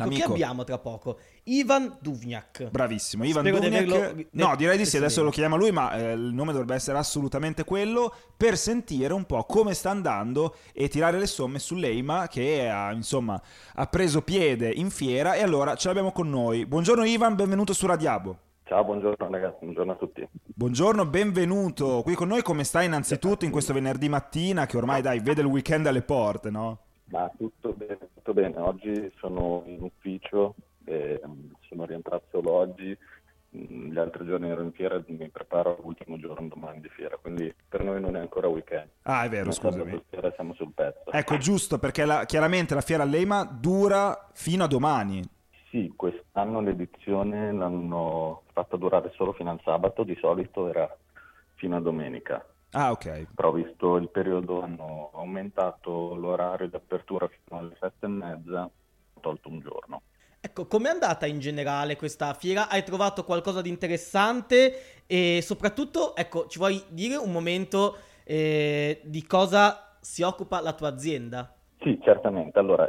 amico che abbiamo tra poco, Ivan Duvnjak. Bravissimo, Ivan Spero Duvnjak. No, direi di sì, adesso lo chiamiamo lui, ma il nome dovrebbe essere assolutamente quello, per sentire un po' come sta andando e tirare le somme sull'EIMA che ha preso piede in fiera, e allora ce l'abbiamo con noi. Buongiorno Ivan, benvenuto su Radiabo. Ciao, buongiorno ragazzi, buongiorno a tutti. Buongiorno, benvenuto qui con noi. Come stai innanzitutto in questo venerdì mattina che ormai vede il weekend alle porte, no? Ma tutto bene, tutto bene. Oggi sono in ufficio, sono rientrato solo oggi. Gli altri giorni ero in fiera e mi preparo all'ultimo giorno domani di fiera, quindi per noi non è ancora weekend. Ah, è vero, scusami. Stasera siamo sul pezzo. Ecco, giusto, perché chiaramente la fiera all'EIMA dura fino a domani. Sì, quest'anno l'edizione l'hanno fatta durare solo fino al sabato, di solito era fino a domenica. Ah, ok. Però visto il periodo hanno aumentato l'orario di apertura fino alle 7:30, ho tolto un giorno. Ecco, com'è andata in generale questa fiera? Hai trovato qualcosa di interessante? E soprattutto, ecco, ci vuoi dire un momento di cosa si occupa la tua azienda? Sì, certamente. Allora,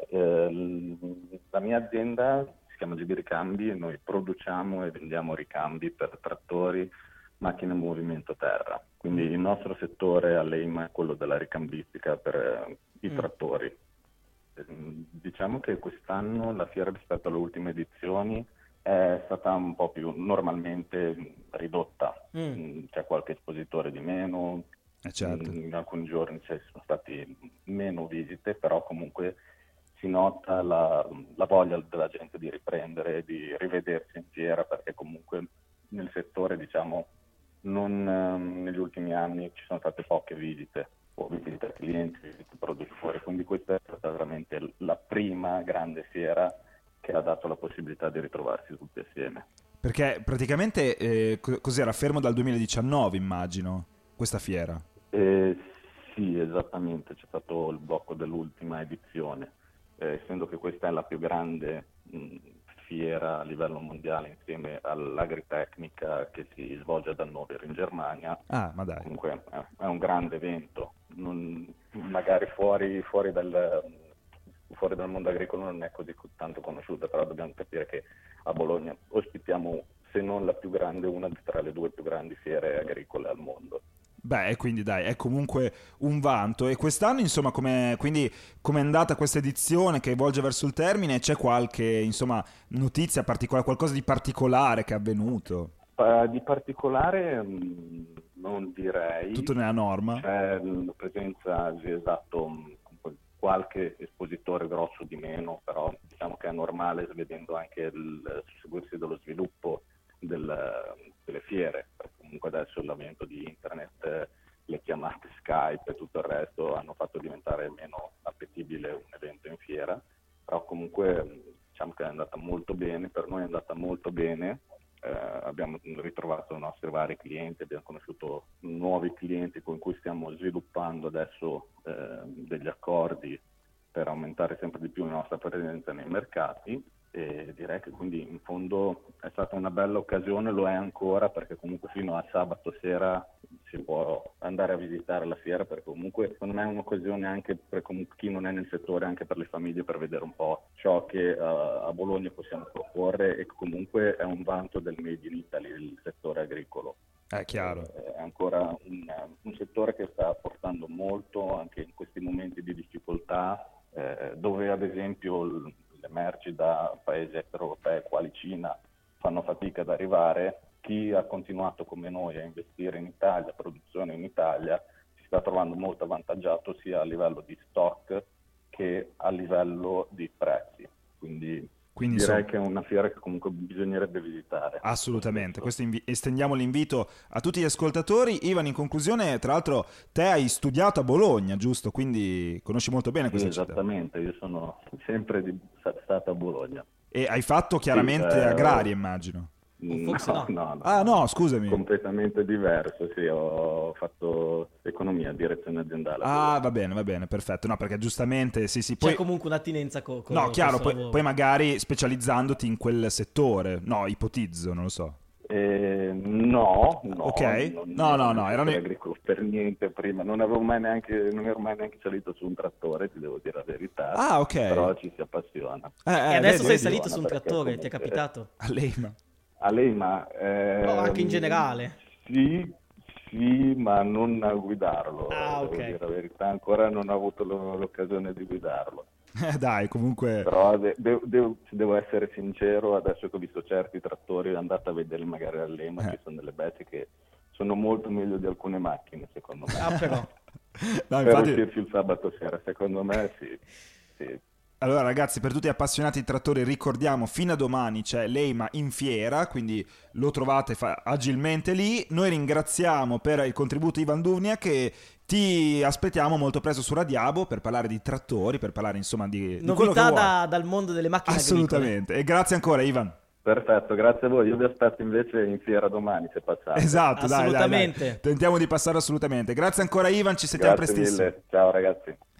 la mia azienda si chiama GB Ricambi e noi produciamo e vendiamo ricambi per trattori, macchine in movimento terra. Quindi il nostro settore all'EIMA è quello della ricambistica per i trattori. Diciamo che quest'anno la fiera rispetto alle ultime edizioni è stata un po' più normalmente ridotta. C'è qualche espositore di meno, certo. In alcuni giorni ci sono stati meno visite, però comunque si nota la voglia della gente di riprendere, di rivedersi in fiera, perché comunque nel settore, diciamo, negli ultimi anni ci sono state poche visite, o visite clienti, visite produttori, quindi questa è stata veramente la prima grande fiera che ha dato la possibilità di ritrovarsi tutti assieme. Perché praticamente cos'era? Fermo dal 2019, immagino, questa fiera. Sì, esattamente, c'è stato il blocco dell'ultima edizione. Essendo che questa è la più grande fiera a livello mondiale insieme all'Agritecnica che si svolge ad Hannover in Germania. Ah, ma dai. Comunque è un grande evento, magari fuori dal mondo agricolo non è così tanto conosciuta, però dobbiamo capire che a Bologna ospitiamo, se non la più grande, una tra le due più grandi fiere agricole al mondo. Beh, quindi dai, è comunque un vanto. E quest'anno, insomma, com'è andata questa edizione che volge verso il termine? C'è qualche, notizia particolare, qualcosa di particolare che è avvenuto? Di particolare non direi. Tutto nella norma? C'è la presenza di qualche espositore grosso di meno, però diciamo che è normale, vedendo anche il susseguirsi dello sviluppo delle fiere. Comunque adesso l'avvento di internet, le chiamate Skype e tutto il resto hanno fatto diventare meno appetibile un evento in fiera, però comunque diciamo che è andata molto bene, per noi è andata molto bene, abbiamo ritrovato i nostri vari clienti, abbiamo conosciuto nuovi clienti con cui stiamo sviluppando adesso degli accordi per aumentare sempre di più la nostra presenza nei mercati. E direi che quindi in fondo è stata una bella occasione, lo è ancora, perché comunque fino a sabato sera si può andare a visitare la fiera, perché comunque secondo me è un'occasione anche per chi non è nel settore, anche per le famiglie, per vedere un po' ciò che a Bologna possiamo proporre, e comunque è un vanto del Made in Italy, il settore agricolo. È chiaro. È ancora un settore che sta portando molto anche in questi momenti di difficoltà, dove ad esempio le merci da paesi extraeuropei quali Cina fanno fatica ad arrivare. Chi ha continuato come noi a investire in Italia, produzione in Italia, si sta trovando molto avvantaggiato sia a livello di stock che a livello di prezzi. Quindi direi che è una fiera che comunque bisognerebbe visitare. Assolutamente, estendiamo l'invito a tutti gli ascoltatori. Ivan, in conclusione, tra l'altro te hai studiato a Bologna, giusto? Quindi conosci molto bene questa città. Esattamente, io sono sempre stato a Bologna. E hai fatto chiaramente agraria, immagino. No. Ah no, scusami. Completamente diverso, sì, ho fatto economia, direzione aziendale. Ah, va bene, perfetto. No, perché giustamente sì. C'è comunque un'attinenza con no, chiaro, poi magari specializzandoti in quel settore. No, ipotizzo, non lo so. No. Ok. No, erano per niente prima, non ero mai neanche salito su un trattore, ti devo dire la verità. Ah, ok. Però ci si appassiona. E adesso sei vedi? salito su un Perché trattore, comunque- ti è capitato? A Leima. A lei, ma... No, anche in generale. Sì, ma non a guidarlo. Ah, ok. Devo dire la verità, ancora non ho avuto l'occasione di guidarlo. Dai, comunque... Però devo essere sincero, adesso che ho visto certi trattori, andate a vedere magari all'EMA, ci sono delle bestie che sono molto meglio di alcune macchine, secondo me. Ah, però. No, Per infatti... uscirci il sabato sera, secondo me sì. Allora ragazzi, per tutti gli appassionati di trattori ricordiamo, fino a domani c'è l'EIMA in fiera, quindi lo trovate agilmente lì. Noi ringraziamo per il contributo Ivan Duvniak e ti aspettiamo molto presto su Radiabo per parlare di trattori, per parlare insomma di quello che Novità vuoi. dal mondo delle macchine agricole. Assolutamente, e grazie ancora Ivan. Perfetto, grazie a voi. Io vi aspetto invece in fiera domani, se passate. Esatto, dai. Assolutamente. Tentiamo di passare assolutamente. Grazie ancora Ivan, ci sentiamo Grazie prestissimo. mille, ciao ragazzi.